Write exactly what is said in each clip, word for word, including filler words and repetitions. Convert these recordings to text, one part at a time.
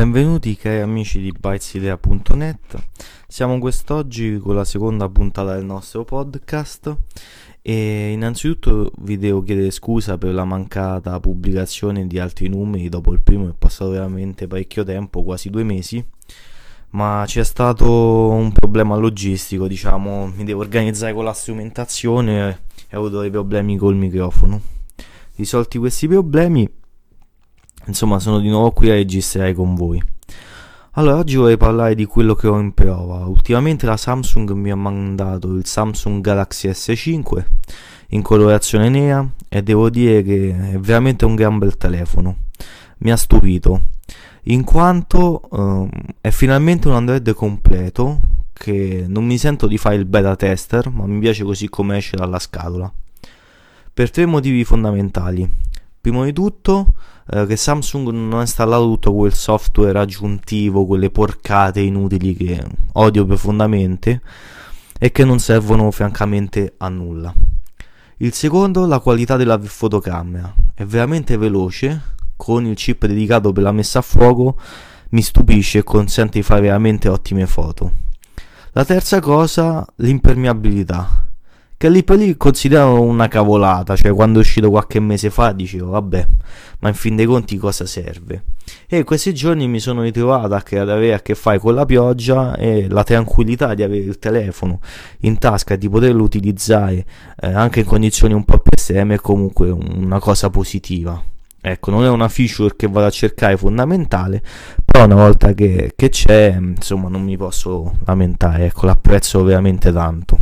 Benvenuti cari amici di bytesidea punto net. Siamo quest'oggi con la seconda puntata del nostro podcast e innanzitutto vi devo chiedere scusa per la mancata pubblicazione di altri numeri. Dopo il primo è passato veramente parecchio tempo, quasi due mesi, ma c'è stato un problema logistico, diciamo, mi devo organizzare con la strumentazione e ho avuto dei problemi col microfono. Risolti questi problemi, insomma, sono di nuovo qui a registrare con voi. Allora, oggi vorrei parlare di quello che ho in prova. Ultimamente la Samsung mi ha mandato il Samsung Galaxy S cinque in colorazione nera e devo dire che è veramente un gran bel telefono. Mi ha stupito, in quanto um, è finalmente un Android completo, che non mi sento di fare il beta tester, ma mi piace così come esce dalla scatola, per tre motivi fondamentali. Primo di tutto, eh, che Samsung non ha installato tutto quel software aggiuntivo, quelle porcate inutili che odio profondamente e che non servono francamente a nulla. Il secondo, la qualità della fotocamera. È veramente veloce, con il chip dedicato per la messa a fuoco, mi stupisce e consente di fare veramente ottime foto. La terza cosa, l'impermeabilità, che lì per lì considero una cavolata, cioè quando è uscito qualche mese fa dicevo vabbè, ma in fin dei conti cosa serve? E questi giorni mi sono ritrovato ad avere a che fare con la pioggia e la tranquillità di avere il telefono in tasca e di poterlo utilizzare eh, anche in condizioni un po' più estreme è comunque una cosa positiva. Ecco, non è una feature che vado a cercare fondamentale, però una volta che, che c'è, insomma, non mi posso lamentare, ecco, l'apprezzo veramente tanto.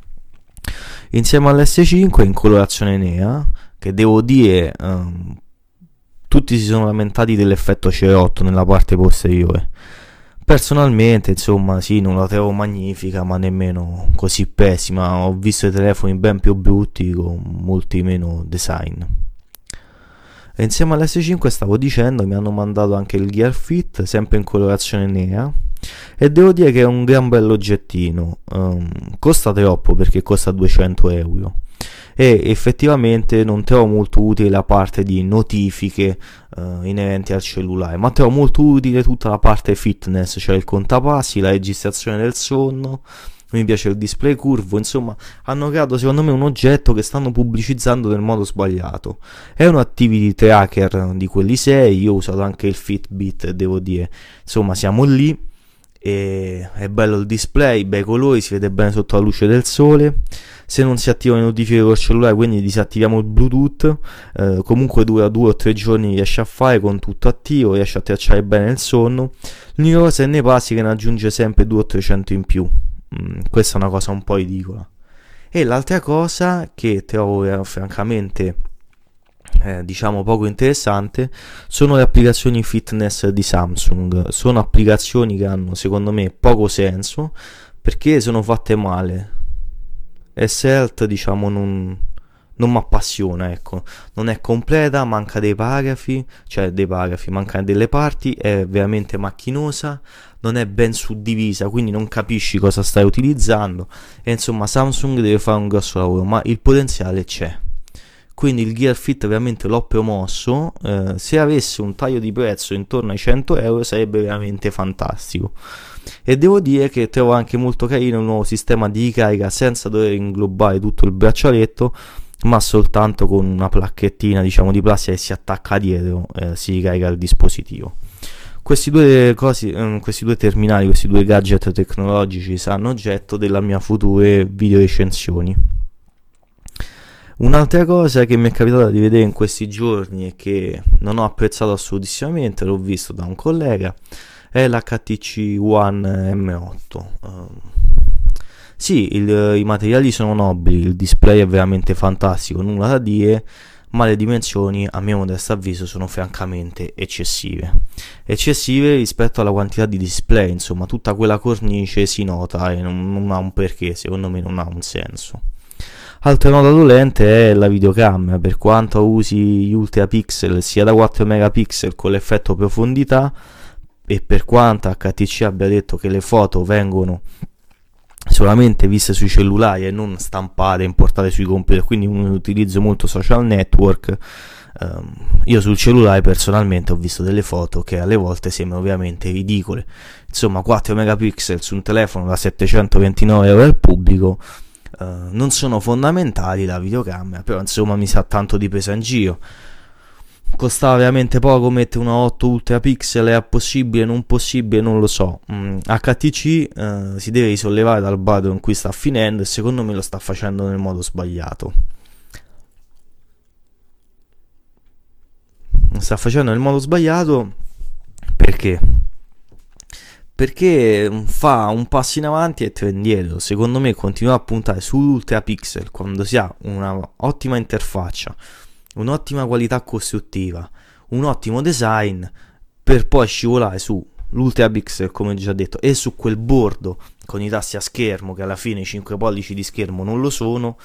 Insieme all'S cinque in colorazione nera, che devo dire um, tutti si sono lamentati dell'effetto cerotto nella parte posteriore. Personalmente, insomma, sì, non la trovo magnifica, ma nemmeno così pessima. Ho visto i telefoni ben più brutti con molti meno design. E insieme all'S cinque, stavo dicendo, mi hanno mandato anche il Gear Fit, sempre in colorazione nera, e devo dire che è un gran bell'oggettino. Um, costa troppo perché costa duecento euro e effettivamente non trovo molto utile la parte di notifiche uh, inerenti al cellulare, ma trovo molto utile tutta la parte fitness, cioè il contapassi, la registrazione del sonno. Mi piace il display curvo, insomma hanno creato secondo me un oggetto che stanno pubblicizzando nel modo sbagliato. È un activity tracker di quelli sei, io ho usato anche il Fitbit, devo dire, insomma siamo lì, e è bello il display, bei colori, si vede bene sotto la luce del sole. Se non si attivano le notifiche col cellulare, quindi disattiviamo il Bluetooth, eh, comunque dura due o tre giorni, riesce a fare con tutto attivo, riesce a tracciare bene il sonno. L'unica cosa è nei passi che ne aggiunge sempre due o trecento in più. Mm, questa è una cosa un po' ridicola. E l'altra cosa che trovo eh, francamente eh, diciamo poco interessante sono le applicazioni fitness di Samsung. Sono applicazioni che hanno secondo me poco senso perché sono fatte male. S-Health, diciamo, non, non mi appassiona, ecco, non è completa, manca dei paragrafi, cioè dei paragrafi, manca delle parti, è veramente macchinosa, non è ben suddivisa, quindi non capisci cosa stai utilizzando e insomma Samsung deve fare un grosso lavoro, ma il potenziale c'è. Quindi il Gear Fit veramente l'ho promosso, eh, se avesse un taglio di prezzo intorno ai cento euro sarebbe veramente fantastico. E devo dire che trovo anche molto carino il nuovo sistema di ricarica senza dover inglobare tutto il braccialetto, ma soltanto con una placchettina, diciamo, di plastica che si attacca dietro, eh, si ricarica il dispositivo. Questi due cose, eh, questi due terminali, questi due gadget tecnologici saranno oggetto della mia future video recensioni. Un'altra cosa che mi è capitato di vedere in questi giorni e che non ho apprezzato assolutissimamente, l'ho visto da un collega, è l'H T C One M otto. Uh, sì, il, i materiali sono nobili, il display è veramente fantastico, nulla da dire, ma le dimensioni a mio modesto avviso sono francamente eccessive. Eccessive rispetto alla quantità di display, insomma tutta quella cornice si nota e non, non ha un perché, secondo me non ha un senso. Altra nota dolente è la videocamera, per quanto usi gli ultra pixel sia da quattro megapixel con l'effetto profondità e per quanto H T C abbia detto che le foto vengono solamente viste sui cellulari e non stampate e importate sui computer, quindi un utilizzo molto social network, Um, io sul cellulare personalmente ho visto delle foto che alle volte sembrano ovviamente ridicole. Insomma, quattro megapixel su un telefono da settecentoventinove euro al pubblico uh, non sono fondamentali, la videocamera, però insomma mi sa tanto di presa in giro. Costava veramente poco mettere una otto ultra pixel, è possibile, non possibile, non lo so. mm, H T C uh, si deve risollevare dal baratro in cui sta finendo, e secondo me lo sta facendo nel modo sbagliato. Sta facendo nel modo sbagliato perché? Perché fa un passo in avanti e tre indietro. Secondo me continuare a puntare sull'ultra pixel quando si ha una ottima interfaccia, un'ottima qualità costruttiva, un ottimo design, per poi scivolare su l'ultra pixel, come già detto, e su quel bordo con i tasti a schermo che alla fine i cinque pollici di schermo non lo sono.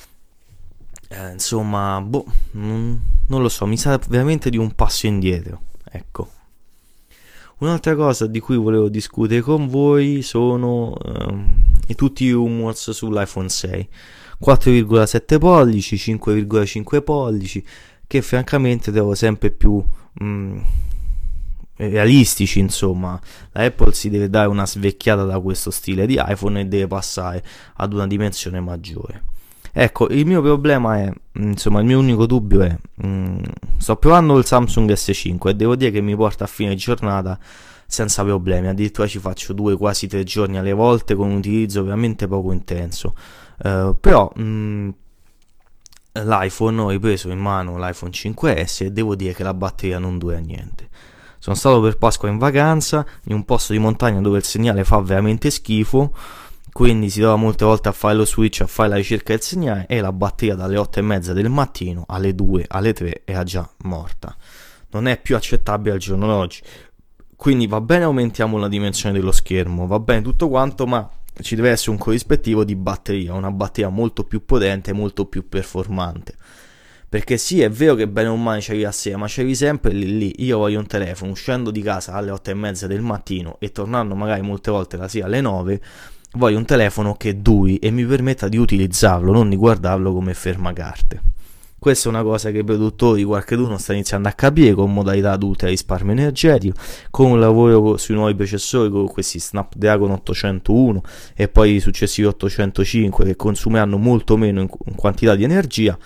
Eh, insomma, boh, non, non lo so, mi sa veramente di un passo indietro, ecco. Un'altra cosa di cui volevo discutere con voi sono ehm, i tutti i rumors sull'iPhone sei, quattro virgola sette pollici, cinque virgola cinque pollici, che francamente trovo sempre più mh, realistici. Insomma, la Apple si deve dare una svecchiata da questo stile di iPhone e deve passare ad una dimensione maggiore. Ecco, il mio problema è, insomma, il mio unico dubbio è, mh, sto provando il Samsung S cinque e devo dire che mi porta a fine giornata senza problemi, addirittura ci faccio due, quasi tre giorni alle volte con un utilizzo veramente poco intenso. Uh, però mh, l'iPhone, ho ripreso in mano l'iPhone cinque S e devo dire che la batteria non dura niente. Sono stato per Pasqua in vacanza in un posto di montagna dove il segnale fa veramente schifo, quindi si trova molte volte a fare lo switch, a fare la ricerca del segnale, e la batteria dalle otto e mezza del mattino alle due, alle tre era già morta. Non è più accettabile al giorno d'oggi. Quindi va bene, aumentiamo la dimensione dello schermo, va bene tutto quanto, ma ci deve essere un corrispettivo di batteria, una batteria molto più potente, molto più performante. Perché sì, è vero che bene o male c'avevi a sera, ma c'avevi sempre lì, lì. Io voglio un telefono, uscendo di casa alle otto e mezza del mattino e tornando magari molte volte la sera alle nove, voglio un telefono che duri e mi permetta di utilizzarlo, non di guardarlo come fermacarte. Questa è una cosa che i produttori, qualcuno sta iniziando a capire, con modalità ad ultra risparmio energetico, con un lavoro sui nuovi processori, con questi Snapdragon ottocentouno e poi i successivi ottocentocinque, che consumeranno molto meno in, in quantità di energia.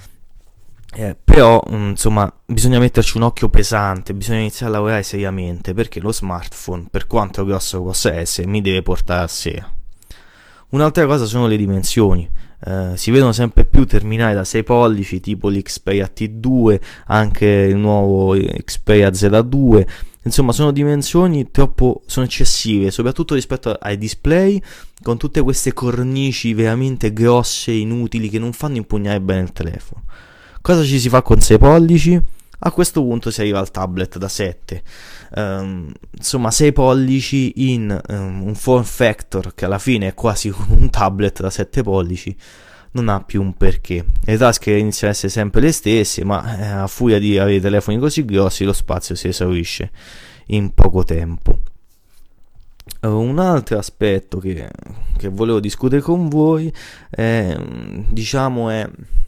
Eh, però insomma bisogna metterci un occhio pesante, bisogna iniziare a lavorare seriamente, perché lo smartphone, per quanto grosso possa essere, mi deve portare a sera. Un'altra cosa sono le dimensioni. Uh, si vedono sempre più terminali da sei pollici, tipo l'Xperia T due, anche il nuovo Xperia Z due. Insomma, sono dimensioni troppo, sono eccessive, soprattutto rispetto ai display, con tutte queste cornici veramente grosse e inutili che non fanno impugnare bene il telefono. Cosa ci si fa con sei pollici? A questo punto si arriva al tablet da sette. Um, insomma, sei pollici in um, un form factor che alla fine è quasi un tablet da sette pollici non ha più un perché. Le tasche iniziano ad essere sempre le stesse, ma eh, a furia di avere telefoni così grossi lo spazio si esaurisce in poco tempo. Uh, un altro aspetto che, che volevo discutere con voi è, diciamo, è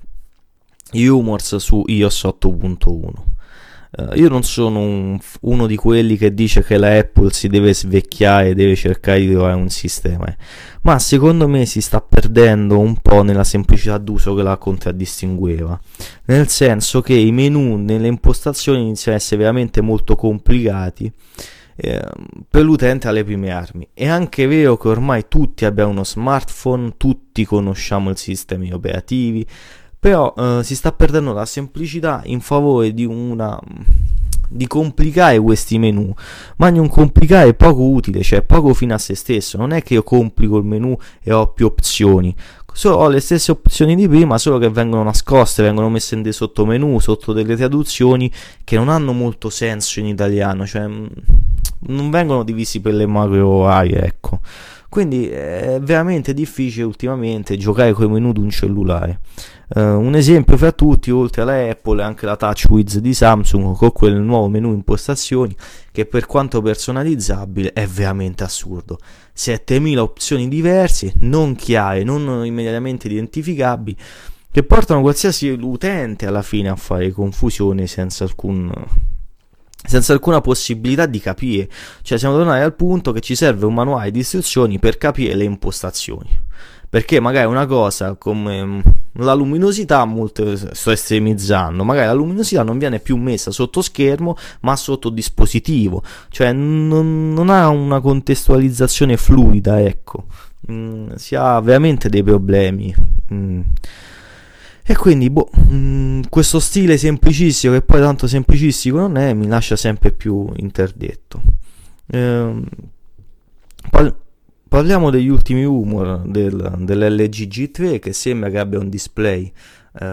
i rumors su iOS otto punto uno. Uh, io non sono un, uno di quelli che dice che la Apple si deve svecchiare e deve cercare di trovare un sistema, eh. ma secondo me si sta perdendo un po' nella semplicità d'uso che la contraddistingueva, nel senso che i menu nelle impostazioni iniziano a essere veramente molto complicati eh, per l'utente alle prime armi. È anche vero che ormai tutti abbiamo uno smartphone, tutti conosciamo i sistemi operativi, però eh, si sta perdendo la semplicità in favore di una di complicare questi menu, ma di un complicare poco utile, cioè poco fine a se stesso. Non è che io complico il menu e ho più opzioni, solo ho le stesse opzioni di prima, solo che vengono nascoste, vengono messe in dei sottomenu, sotto delle traduzioni che non hanno molto senso in italiano, cioè non vengono divisi per le macro aree, ecco. Quindi è veramente difficile ultimamente giocare con i menu di un cellulare. Uh, un esempio fra tutti, oltre alla Apple, è anche la TouchWiz di Samsung, con quel nuovo menu impostazioni che, per quanto personalizzabile, è veramente assurdo. settemila opzioni diverse, non chiare, non immediatamente identificabili, che portano qualsiasi utente alla fine a fare confusione senza alcun senza alcuna possibilità di capire. Cioè siamo tornati al punto che ci serve un manuale di istruzioni per capire le impostazioni, perché magari una cosa come la luminosità, molto sto estremizzando, magari la luminosità non viene più messa sotto schermo ma sotto dispositivo, cioè non, non ha una contestualizzazione fluida, ecco. Mm, si ha veramente dei problemi. Mm. E quindi, boh, mh, questo stile semplicissimo, che poi tanto semplicistico non è, mi lascia sempre più interdetto. Ehm, par- Parliamo degli ultimi rumor del, dell'L G G tre, che sembra che abbia un display eh,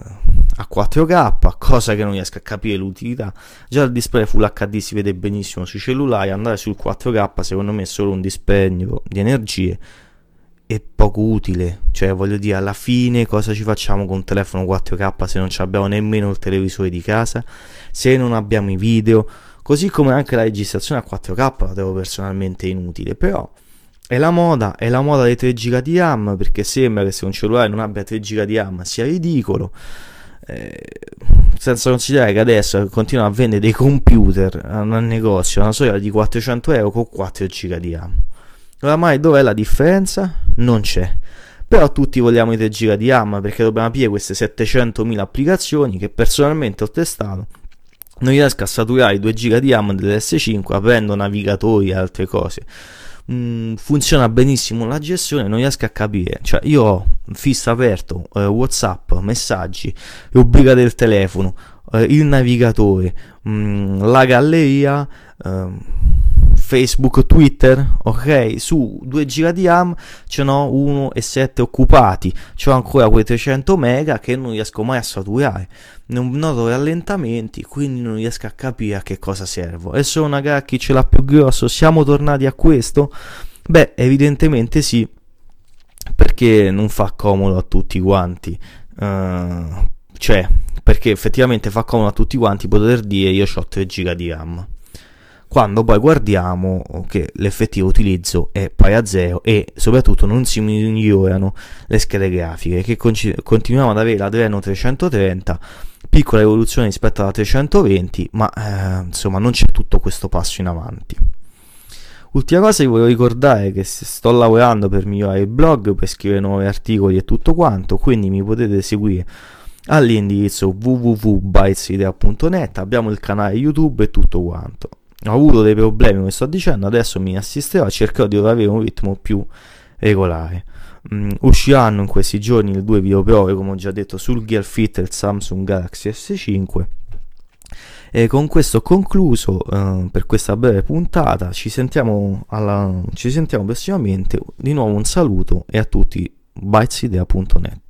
a quattro K, cosa che non riesco a capire l'utilità. Già il display Full H D si vede benissimo sui cellulari, andare sul quattro K secondo me è solo un dispendio di energie è poco utile. Cioè, voglio dire, alla fine cosa ci facciamo con un telefono quattro K se non abbiamo nemmeno il televisore di casa, se non abbiamo i video? Così come anche la registrazione a quattro K la trovo personalmente inutile. Però è la moda, è la moda dei tre giga di RAM, perché sembra che se un cellulare non abbia tre giga di RAM sia ridicolo, eh, senza considerare che adesso continuano a vendere dei computer al negozio a una soglia di quattrocento euro con quattro giga di RAM. Oramai dov'è la differenza? Non c'è. Però tutti vogliamo i tre giga di RAM, perché dobbiamo aprire queste settecentomila applicazioni che personalmente ho testato. Non riesco a saturare i due giga di RAM dell'S cinque aprendo navigatori e altre cose. Mm, funziona benissimo la gestione, non riesco a capire. Cioè, io ho fisso aperto, eh, WhatsApp, messaggi, rubrica del telefono, eh, il navigatore, mm, la galleria, eh, Facebook, Twitter, ok? Su due giga di RAM ce n'ho uno virgola sette occupati, c'ho ancora quei trecento mega che non riesco mai a saturare, non noto rallentamenti, quindi non riesco a capire a che cosa servo. E sono una gara, chi ce l'ha più grosso? Siamo tornati a questo? Beh, evidentemente sì, perché non fa comodo a tutti quanti, uh, cioè, perché effettivamente fa comodo a tutti quanti poter dire io ho tre giga di RAM, quando poi guardiamo che l'effettivo utilizzo è pari a zero e soprattutto non si migliorano le schede grafiche, che con- continuiamo ad avere la Adreno trecentotrenta, piccola evoluzione rispetto alla trecentoventi, ma eh, insomma non c'è tutto questo passo in avanti. Ultima cosa, vi voglio ricordare che sto lavorando per migliorare il blog, per scrivere nuovi articoli e tutto quanto, quindi mi potete seguire all'indirizzo w w w punto bytesidea punto net, abbiamo il canale YouTube e tutto quanto. Ho avuto dei problemi, come sto dicendo, adesso mi assisterò, cercherò di avere un ritmo più regolare. Mm, usciranno in questi giorni le due videoprove, come ho già detto, sul Gear Fit e il Samsung Galaxy S cinque. E con questo ho concluso eh, per questa breve puntata. Ci sentiamo, alla, ci sentiamo prossimamente. Di nuovo un saluto e a tutti bytesidea punto net.